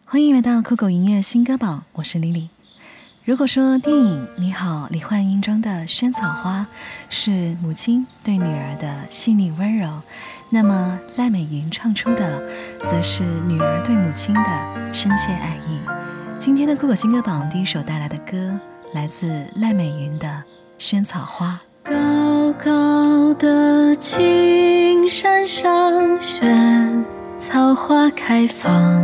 欢迎来到酷狗音乐新歌榜，我是李李。如果说电影《你好，李焕英》中的萱草花是母亲对女儿的细腻温柔，那么赖美云唱出的则是女儿对母亲的深切爱意。今天的酷狗新歌榜第一首带来的歌来自赖美云的《萱草花》。 高高的青山上，萱草花开放，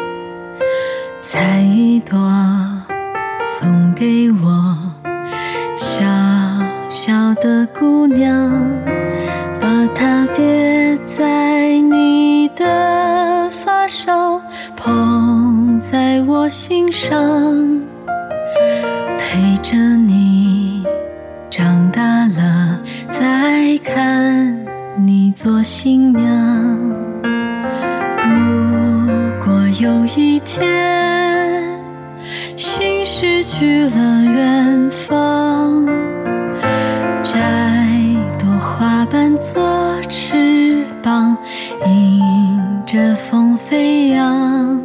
采一朵送给我，小小的姑娘，把它别在你的发梢，捧在我心上，陪着你长大了，再看你做新娘。如果有一天心失去了远方，摘朵花瓣做翅膀，迎着风飞扬。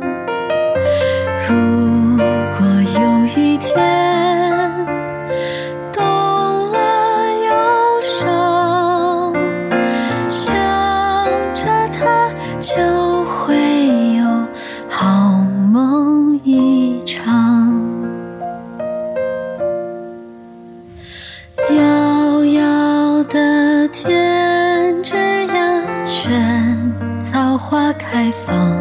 如果有一天动了忧伤，想着它就会有好梦一场。遥遥的天之涯，萱草花开放，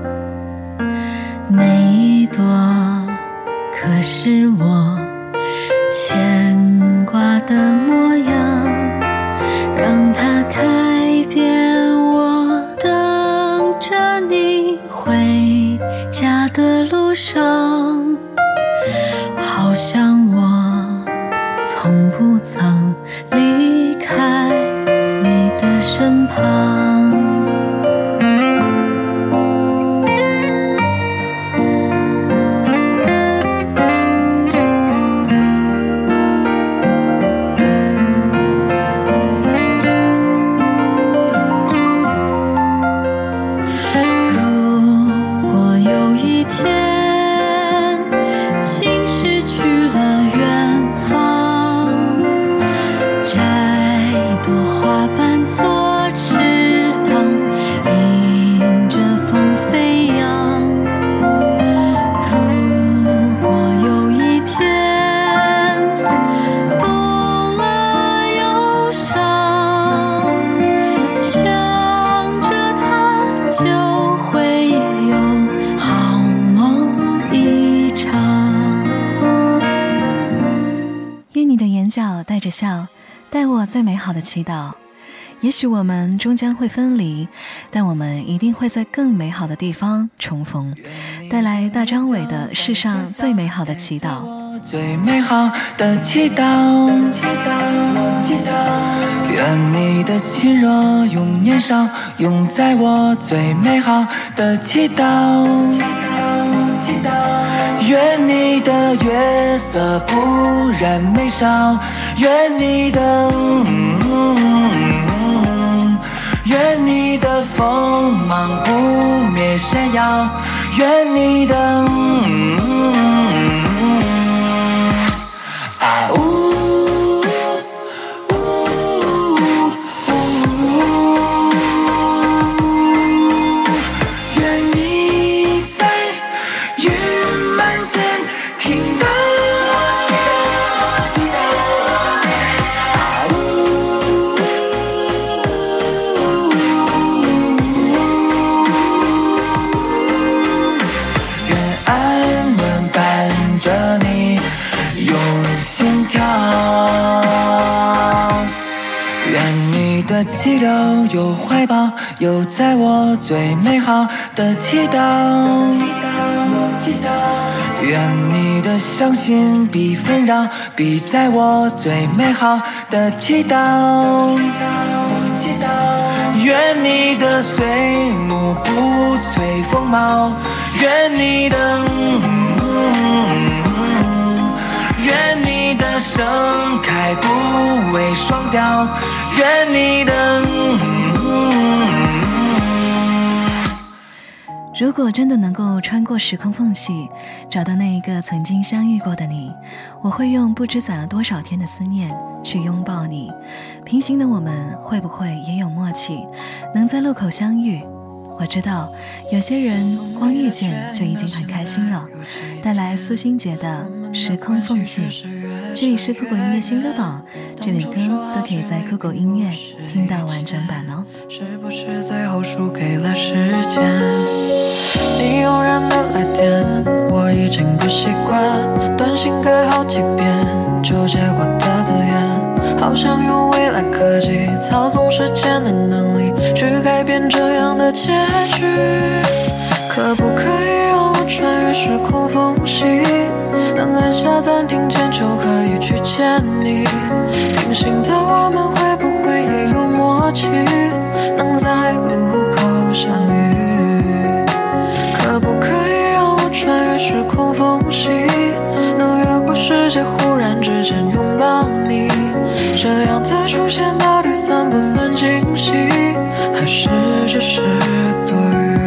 每一朵可是我牵挂的模样，让它开遍我等着你回家的路上，好像我从不曾离开你的身旁。 带着笑，带我最美好的祈祷。也许我们终将会分离，但我们一定会在更美好的地方重逢。带来大张伟的《世上最美好的祈祷》。 最美好的祈祷，愿你的亲热永年少，永在我最美好的祈祷。愿你的月色不染眉梢，愿你的愿你的锋芒不灭闪耀，愿你的啊呜愿你在云满间听到气流有怀抱，有在我最美好的祈祷。愿你的相信比纷扰，比在我最美好的祈祷。愿你的岁暮不摧风貌，愿你的愿你的盛开不为双调，愿你的如果真的能够穿过时空缝隙，找到那一个曾经相遇过的你，我会用不知攒了多少天的思念去拥抱你。平行的我们会不会也有默契，能在路口相遇？我知道有些人光遇见就已经很开心了。带来苏新杰的时空缝隙。这里是酷狗音乐新歌榜，这里的歌都可以在酷狗音乐听到完整版哦。 是不是最后输给了时间？你悠然的来电，我已经不习惯，短信改好几遍，纠结过的字眼，好想用未来科技操纵时间的能力，去改变这样的结局。可不可以让我穿越时空缝隙，能按下暂停键就可以去见你？平行的我们会不会也有默契，能在路口相遇？可不可以让我穿越时空缝隙，能越过世界忽然之间拥抱你？这样的出现到底算不算惊喜，还是只是多余？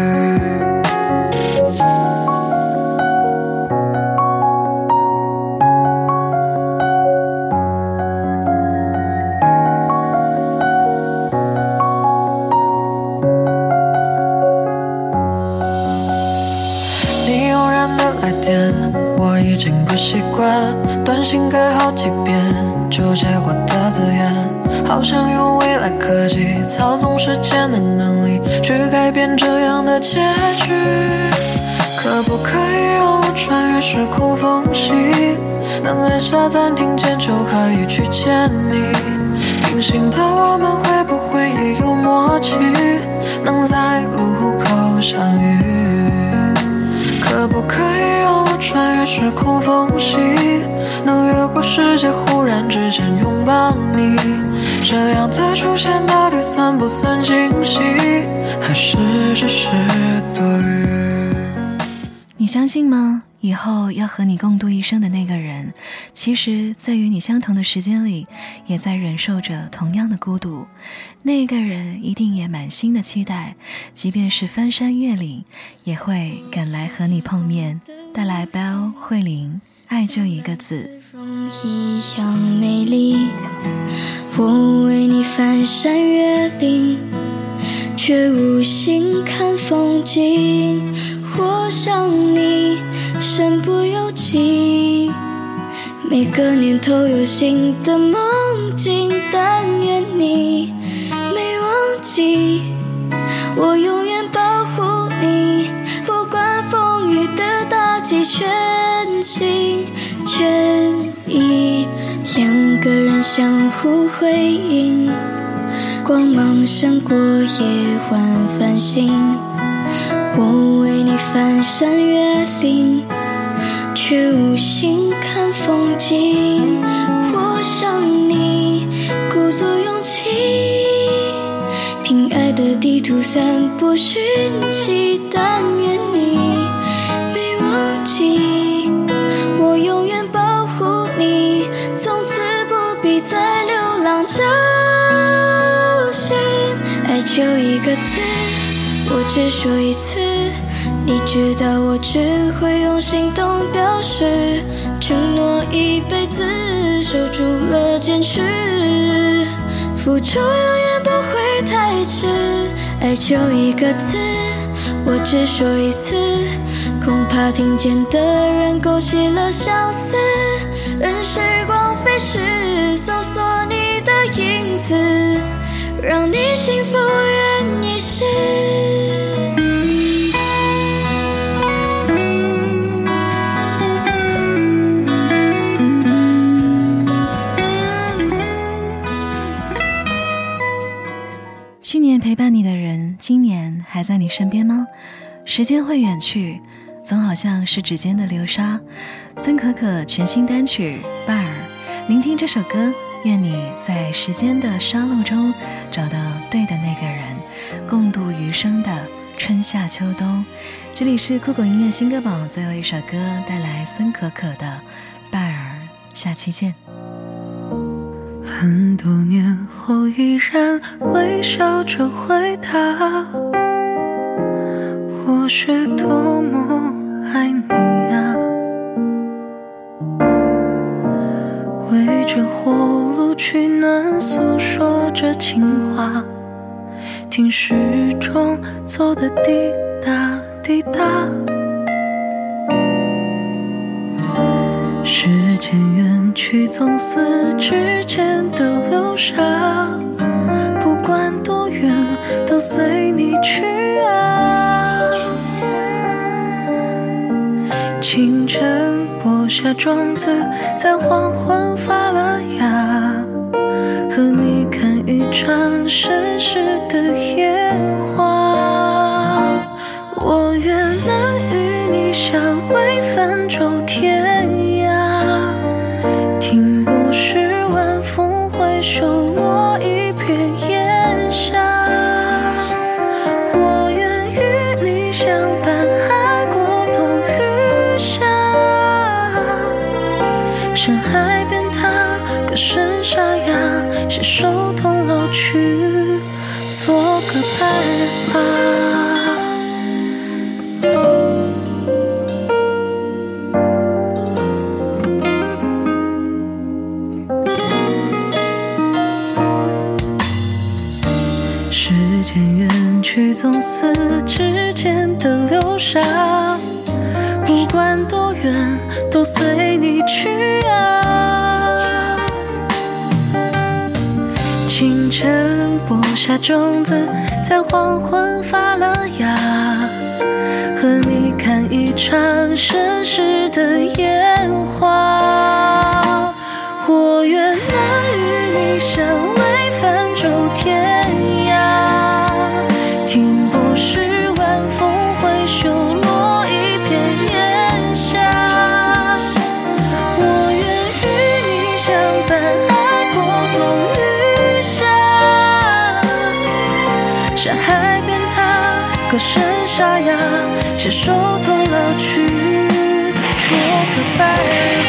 我已经不习惯，短信改好几遍，纠结过的字眼，好想用未来科技操纵时间的能力，去改变这样的结局。可不可以让我穿越时空缝隙，能按下暂停键就可以去见你？平行的我们会不会也有默契，能在路口相遇？可不可以让我穿越时空缝隙，能越过世界忽然之间拥抱你？这样的出现到底算不算惊喜，还是只是多余？ 你相信吗？以后要和你共度一生的那个人，其实在与你相同的时间里，也在忍受着同样的孤独。那个人一定也满心的期待，即便是翻山越岭，也会赶来和你碰面。带来 Bell 慧玲，爱就一个字。 一样美丽，我为你翻山越岭，却无心看风景。我想你身不由己，每个念头有新的梦境，但愿你没忘记，我永远保护你，不管风雨的打击，全心全意，两个人相互辉映，光芒胜过夜晚繁星。我为你翻山越岭，却无心看风景。我想你鼓足勇气，凭爱的地图散播讯息，但愿你没忘记，我永远保护你，从此不必再流浪找寻。爱就一个字，我只说一次，你知道我只会用行动表示，承诺一辈子守住了坚持，付出永远不会太迟。爱就一个字，我只说一次，恐怕听见的人勾起了相思，任时光飞逝，搜索你的影子，让你幸福愿一世。 去年陪伴你的人，今年还在你身边吗？时间会远去，总好像是指尖的流沙。孙可可全新单曲《伴儿》，聆听这首歌，愿你在时间的沙漏中找到对的那个人，共度余生的春夏秋冬。这里是酷狗音乐新歌榜最后一首歌，带来孙可可的《伴儿》，下期见。 很多年后依然微笑着回答，我是多么爱你啊，围着火炉取暖，诉说着情话，听时钟走得滴答滴答。时间远去，总似指尖的流沙，不管多远都随你去啊。清晨播下种子，在黄昏发了芽，和你看一场盛世的烟花。我愿能与你相偎泛舟天涯，听不是晚风回首落一片烟霞。我愿与你相伴海过冬雨夏，山海变塔，歌声沙哑，携手同老去，做个伴吧。时间远去，总似指尖的流沙，不管多远都随你去啊。清晨播下种子，在黄昏发了芽，和你看一场盛世的烟花。我愿能与你相偎泛舟天涯，听不是晚风回首落一片烟霞。我愿与你相伴海过冬雨夏，山海变塔，歌声沙哑，携手同老去，做个伴。